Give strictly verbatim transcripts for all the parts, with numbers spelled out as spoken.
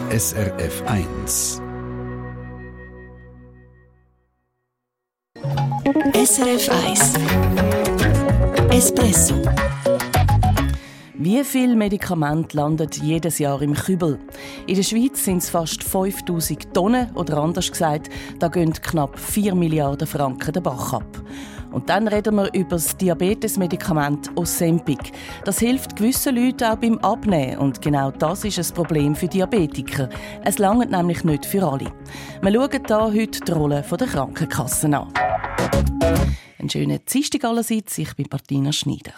S R F eins. S R F eins Espresso. Wie viele Medikamente landen jedes Jahr im Kübel? In der Schweiz sind es fast fünftausend Tonnen, oder anders gesagt, da gehen knapp vier Milliarden Franken den Bach ab. Und dann reden wir über das Diabetesmedikament Ozempic. Das hilft gewissen Leuten auch beim Abnehmen. Und genau das ist ein Problem für Diabetiker. Es langt nämlich nicht für alle. Wir schauen hier heute die Rolle der Krankenkassen an. Einen schönen Dienstag allerseits, ich bin Martina Schneider.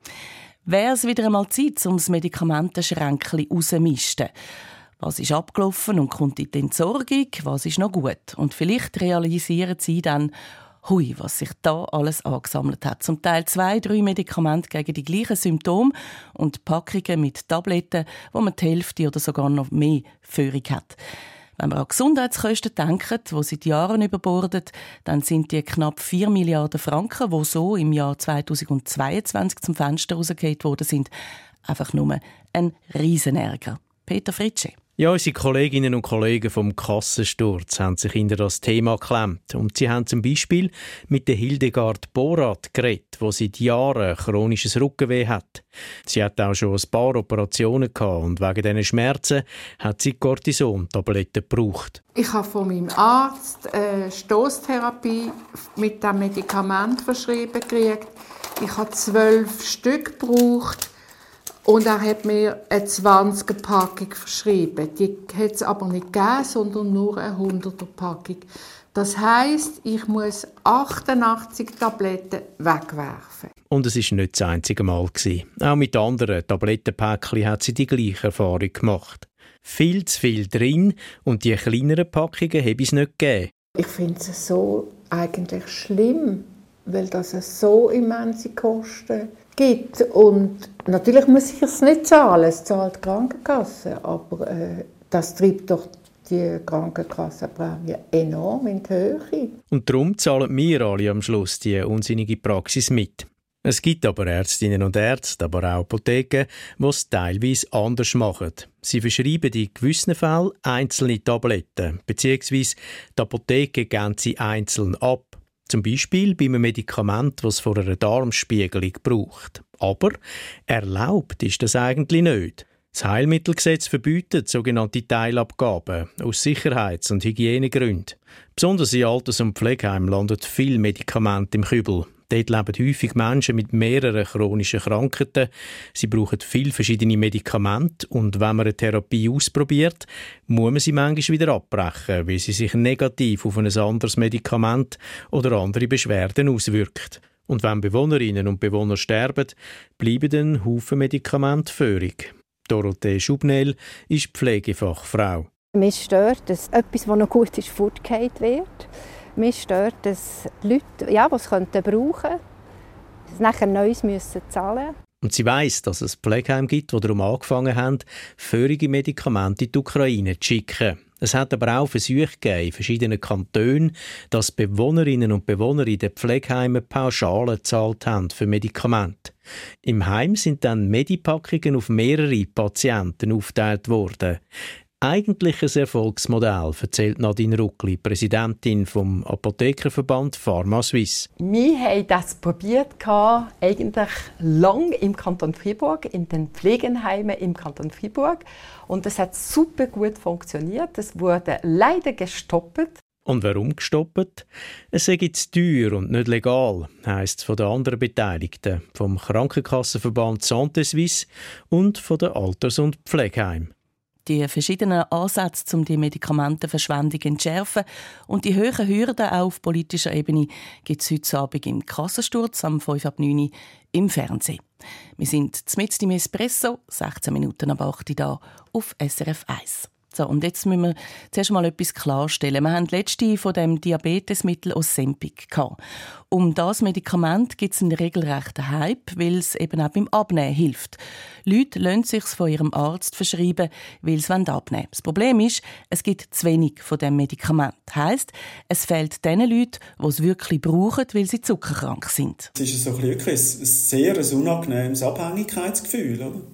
Wäre es wieder einmal Zeit, um das Medikamentenschränkchen rauszumisten? Was ist abgelaufen und kommt in die Entsorgung? Was ist noch gut? Und vielleicht realisieren Sie dann, hui, was sich da alles angesammelt hat. Zum Teil zwei, drei Medikamente gegen die gleichen Symptome und Packungen mit Tabletten, wo man die Hälfte oder sogar noch mehr Führung hat. Wenn wir an Gesundheitskosten denken, die seit Jahren überborden, dann sind die knapp vier Milliarden Franken, die so im Jahr zweitausendzweiundzwanzig zum Fenster rausgefallen worden sind, einfach nur ein Riesenärger. Peter Fritsche. Ja, unsere Kolleginnen und Kollegen vom Kassensturz haben sich hinter das Thema geklemmt. Und sie haben zum Beispiel mit der Hildegard Borath geredet, die seit Jahren chronisches Rückenweh hat. Sie hat auch schon ein paar Operationen gehabt und wegen diesen Schmerzen hat sie Cortison-Tabletten gebraucht. Ich habe von meinem Arzt eine Stoßtherapie mit diesem Medikament verschrieben gekriegt. Ich habe zwölf Stück gebraucht. Und er hat mir eine zwanziger-Packung verschrieben. Die hat es aber nicht gegeben, sondern nur eine hunderter-Packung. Das heisst, ich muss achtundachtzig Tabletten wegwerfen. Und es war nicht das einzige Mal. Auch mit anderen Tablettenpäckchen hat sie die gleiche Erfahrung gemacht. Viel zu viel drin und die kleineren Packungen habe es nicht gegeben. Ich finde es so eigentlich schlimm, weil das so immense Kosten gibt. Und natürlich muss ich es nicht zahlen, es zahlt die Krankenkasse, aber äh, das treibt doch die Krankenkassenprämie enorm in die Höhe. Und darum zahlen wir alle am Schluss die unsinnige Praxis mit. Es gibt aber Ärztinnen und Ärzte, aber auch Apotheken, die es teilweise anders machen. Sie verschreiben in gewissen Fällen einzelne Tabletten, beziehungsweise die Apotheke geben sie einzeln ab. Zum Beispiel bei einem Medikament, das es vor einer Darmspiegelung braucht. Aber erlaubt ist das eigentlich nicht. Das Heilmittelgesetz verbietet sogenannte Teilabgaben aus Sicherheits- und Hygienegründen. Besonders in Alters- und Pflegeheimen landen viele Medikamente im Kübel. Dort leben häufig Menschen mit mehreren chronischen Krankheiten. Sie brauchen viele verschiedene Medikamente und wenn man eine Therapie ausprobiert, muss man sie manchmal wieder abbrechen, weil sie sich negativ auf ein anderes Medikament oder andere Beschwerden auswirkt. Und wenn Bewohnerinnen und Bewohner sterben, bleiben dann Haufen Medikamente führig. Dorothee Schubnel ist Pflegefachfrau. Mich stört, dass etwas, das noch gut ist, fortgeht wird. Mich stört, dass Leute, ja, die es brauchen könnten, nachher Neues müssen zahlen müssen. Und sie weiss, dass es Pflegeheimen gibt, die darum angefangen haben, feurige Medikamente in die Ukraine zu schicken. Es hat aber auch Versuche gegeben in verschiedenen Kantonen, dass Bewohnerinnen und Bewohner in den Pflegeheimen Pauschalen gezahlt haben für Medikamente. Im Heim sind dann Medipackungen auf mehrere Patienten aufgeteilt worden. Eigentlich ein Erfolgsmodell, erzählt Nadine Ruckli, Präsidentin vom Apothekerverband PharmaSuisse. Wir haben das probiert, eigentlich lang im Kanton Freiburg, in den Pflegeheimen im Kanton Freiburg. Und das hat super gut funktioniert. Es wurde leider gestoppt. Und warum gestoppt? Es sei zu teuer und nicht legal, heisst es von den anderen Beteiligten, vom Krankenkassenverband Santé Suisse und von den Alters- und Pflegeheimen. Die verschiedenen Ansätze, um die Medikamentenverschwendung zu entschärfen und die hohen Hürden auch auf politischer Ebene gibt es heute Abend im Kassensturz am fünf ab neun im Fernsehen. Wir sind mitten im Espresso, sechzehn Minuten ab acht Uhr da auf S R F eins. So, und jetzt müssen wir zuerst mal etwas klarstellen. Wir haben letzte von dem Diabetesmittel Ozempic gehabt. Um das Medikament gibt es einen regelrechten Hype, weil es eben auch beim Abnehmen hilft. Leute lassen es sich von ihrem Arzt verschreiben, weil sie abnehmen wollen. Das Problem ist, es gibt zu wenig von diesem Medikament. Das heisst, es fehlt den Leuten, die es wirklich brauchen, weil sie zuckerkrank sind. Es ist so ein, ein sehr unangenehmes Abhängigkeitsgefühl, oder?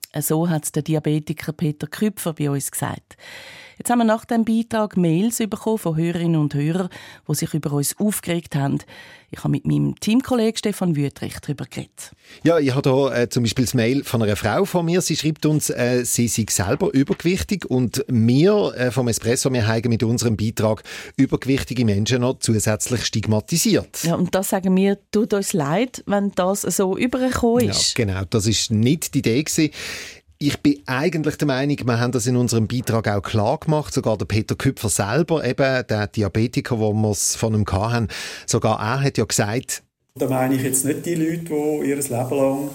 So hat der Diabetiker Peter Küpfer bei uns gesagt. Jetzt haben wir nach dem Beitrag Mails bekommen von Hörerinnen und Hörern, die sich über uns aufgeregt haben. Ich habe mit meinem Teamkollegen Stefan Wüthrich darüber geredet. Ja, ich habe hier äh, zum Beispiel das Mail von einer Frau von mir. Sie schreibt uns, äh, sie sei selber übergewichtig und wir äh, vom Espresso, wir haben mit unserem Beitrag übergewichtige Menschen noch zusätzlich stigmatisiert. Ja, und das sagen wir, tut uns leid, wenn das so übergekommen ist. Ja, genau, das ist nicht die Idee gewesen. Ich bin eigentlich der Meinung, wir haben das in unserem Beitrag auch klar gemacht. Sogar der Peter Küpfer selber, eben der Diabetiker, wo wir es von ihm hatten, sogar er hat ja gesagt, da meine ich jetzt nicht die Leute, die ihr Leben lang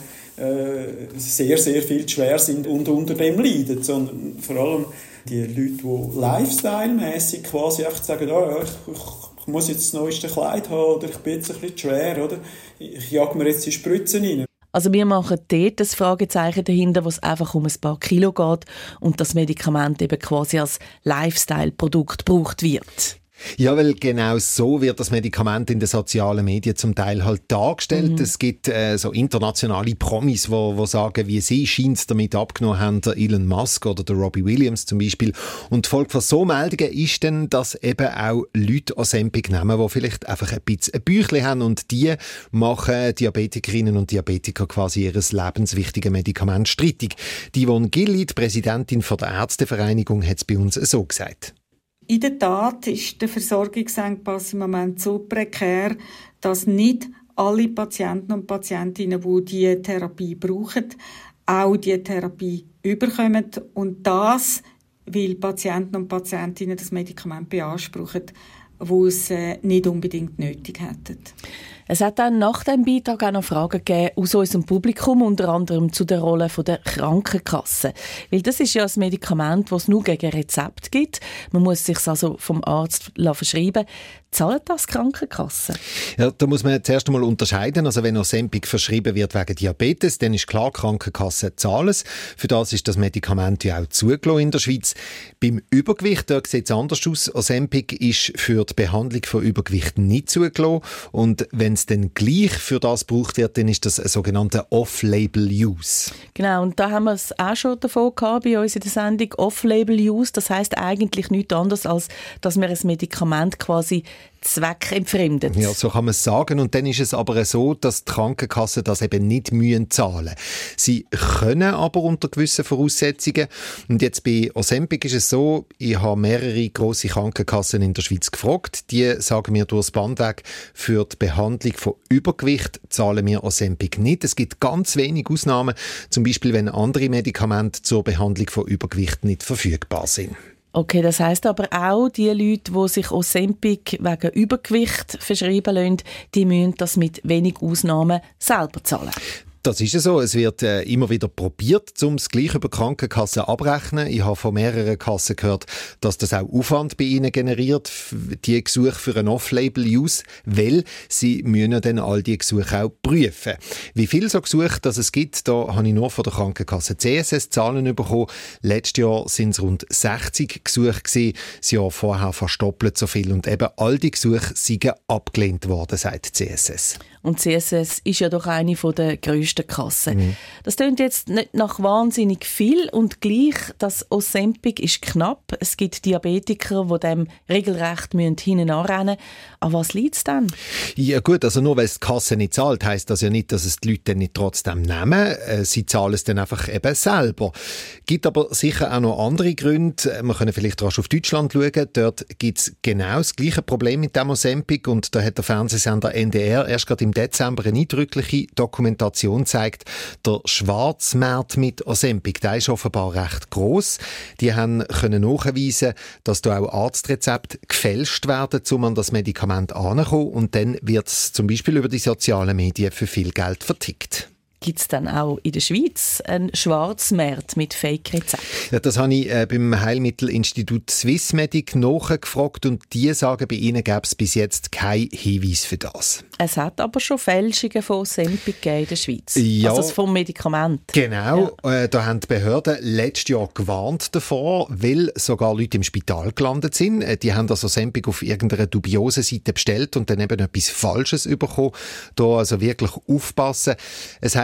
äh, sehr, sehr viel zu schwer sind und unter dem leiden, sondern vor allem die Leute, die lifestyle-mässig quasi einfach sagen, oh, ja, ich, ich muss jetzt das neueste Kleid haben oder ich bin jetzt ein bisschen schwer, oder? Ich jage mir jetzt die Spritzen rein. Also wir machen dort das Fragezeichen dahinter, wo es einfach um ein paar Kilo geht und das Medikament eben quasi als Lifestyle-Produkt gebraucht wird. Ja, weil genau so wird das Medikament in den sozialen Medien zum Teil halt dargestellt. Mhm. Es gibt äh, so internationale Promis, wo, wo sagen, wie sie scheint damit abgenommen haben, der Elon Musk oder der Robbie Williams zum Beispiel. Und die Folge von so Meldungen ist dann, dass eben auch Leute Ozempic nehmen, die vielleicht einfach ein bisschen ein Bäuchlein haben und die machen Diabetikerinnen und Diabetiker quasi ihr lebenswichtiges Medikament streitig. Die Yvonne Gilli, die Präsidentin von der Ärztevereinigung, hat es bei uns so gesagt. In der Tat ist der Versorgungsengpass im Moment so prekär, dass nicht alle Patienten und Patientinnen, die diese Therapie brauchen, auch diese Therapie überkommen. Und das, weil Patienten und Patientinnen das Medikament beanspruchen, wo es nicht unbedingt nötig hätten. Es hat dann nach dem Beitrag auch noch Fragen gegeben aus unserem Publikum, unter anderem zu der Rolle der Krankenkasse. Weil das ist ja ein Medikament, das es nur gegen Rezept gibt. Man muss es sich also vom Arzt verschreiben. Zahlt das die Krankenkasse? Ja, da muss man zuerst einmal unterscheiden. Also wenn Ozempic verschrieben wird wegen Diabetes, dann ist klar, die Krankenkasse zahlt es. Für das ist das Medikament ja auch zugelassen in der Schweiz. Beim Übergewicht, da sieht es anders aus. Ozempic ist für die Behandlung von Übergewicht nicht zugelassen. Und wenn es dann gleich für das gebraucht wird, dann ist das ein sogenannter Off-Label-Use. Genau, und da haben wir es auch schon davon gehabt bei uns in der Sendung. Off-Label-Use, das heisst eigentlich nichts anderes, als dass wir ein Medikament quasi zweckentfremdet. Ja, so kann man es sagen. Und dann ist es aber so, dass die Krankenkassen das eben nicht müssen zahlen. Sie können aber unter gewissen Voraussetzungen. Und jetzt bei Ozempic ist es so, ich habe mehrere grosse Krankenkassen in der Schweiz gefragt. Die sagen mir durchs Band weg, für die Behandlung von Übergewicht zahlen wir Ozempic nicht. Es gibt ganz wenige Ausnahmen, zum Beispiel wenn andere Medikamente zur Behandlung von Übergewicht nicht verfügbar sind. Okay, das heisst aber auch, die Leute, die sich Ozempic wegen Übergewicht verschreiben lassen, die müssen das mit wenig Ausnahmen selber zahlen. Das ist ja so. Es wird äh, immer wieder probiert, um es gleich über Krankenkassen abrechnen. Ich habe von mehreren Kassen gehört, dass das auch Aufwand bei ihnen generiert, die Gesuche für einen Off-Label-Use, weil sie müssen dann all die Gesuche auch prüfen. Wie viele so Gesuche dass es gibt, da habe ich nur von der Krankenkasse C S S Zahlen bekommen. Letztes Jahr sind es rund sechzig Gesuche gewesen, das Jahr vorher fast doppelt so viel. Und eben all die Gesuche sind abgelehnt worden, sagt C S S. Und C S S ist ja doch eine der grössten Kassen. Mhm. Das klingt jetzt nicht nach wahnsinnig viel und gleich, das Ozempic ist knapp. Es gibt Diabetiker, die dem regelrecht hinten anrennen müssen. An was liegt es denn? Ja gut, also nur weil es die Kasse nicht zahlt, heisst das ja nicht, dass es die Leute dann nicht trotzdem nehmen. Sie zahlen es dann einfach eben selber. Gibt aber sicher auch noch andere Gründe. Wir können vielleicht rasch auf Deutschland schauen. Dort gibt es genau das gleiche Problem mit dem Ozempic und da hat der Fernsehsender N D R erst gerade im Dezember eine eindrückliche Dokumentation zeigt, der Schwarzmarkt mit Ozempic, der ist offenbar recht gross. Die haben können nachweisen, dass da auch Arztrezepte gefälscht werden, um an das Medikament heranzukommen und dann wird es zum Beispiel über die sozialen Medien für viel Geld vertickt. Gibt es dann auch in der Schweiz einen Schwarzmarkt mit Fake-Rezepten? Ja, das habe ich äh, beim Heilmittelinstitut Swissmedic nachgefragt und die sagen, bei ihnen gäbe es bis jetzt keinen Hinweis für das. Es hat aber schon Fälschungen von Ozempic in der Schweiz. Ja, also vom Medikament. Genau, ja. äh, da haben die Behörden letztes Jahr gewarnt davor, weil sogar Leute im Spital gelandet sind. Äh, die haben das Ozempic auf irgendeiner dubiosen Seite bestellt und dann eben etwas Falsches bekommen. Da also wirklich aufpassen. Es hat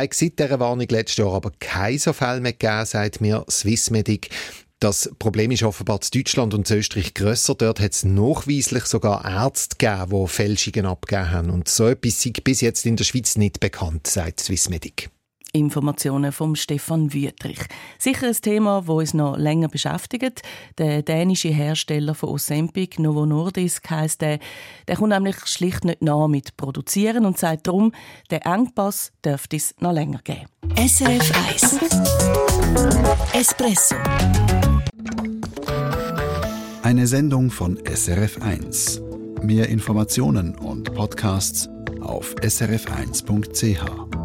hat seit dieser Warnung letztes Jahr aber keine so Fälle mehr gegeben, sagt mir Swissmedic. Das Problem ist offenbar in Deutschland und in Österreich grösser. Dort hat es nachweislich sogar Ärzte gegeben, die Fälschungen abgegeben haben. Und so etwas sei bis jetzt in der Schweiz nicht bekannt, sagt Swissmedic. Informationen von Stefan Wüthrich. Sicher ein Thema, das uns noch länger beschäftigt. Der dänische Hersteller von Ozempic, Novo Nordisk heisst der, der kommt nämlich schlicht nicht nach mit Produzieren und sagt darum, der Engpass dürfte es noch länger geben. S R F eins Espresso. Eine Sendung von S R F eins. Mehr Informationen und Podcasts auf s r f eins punkt c h.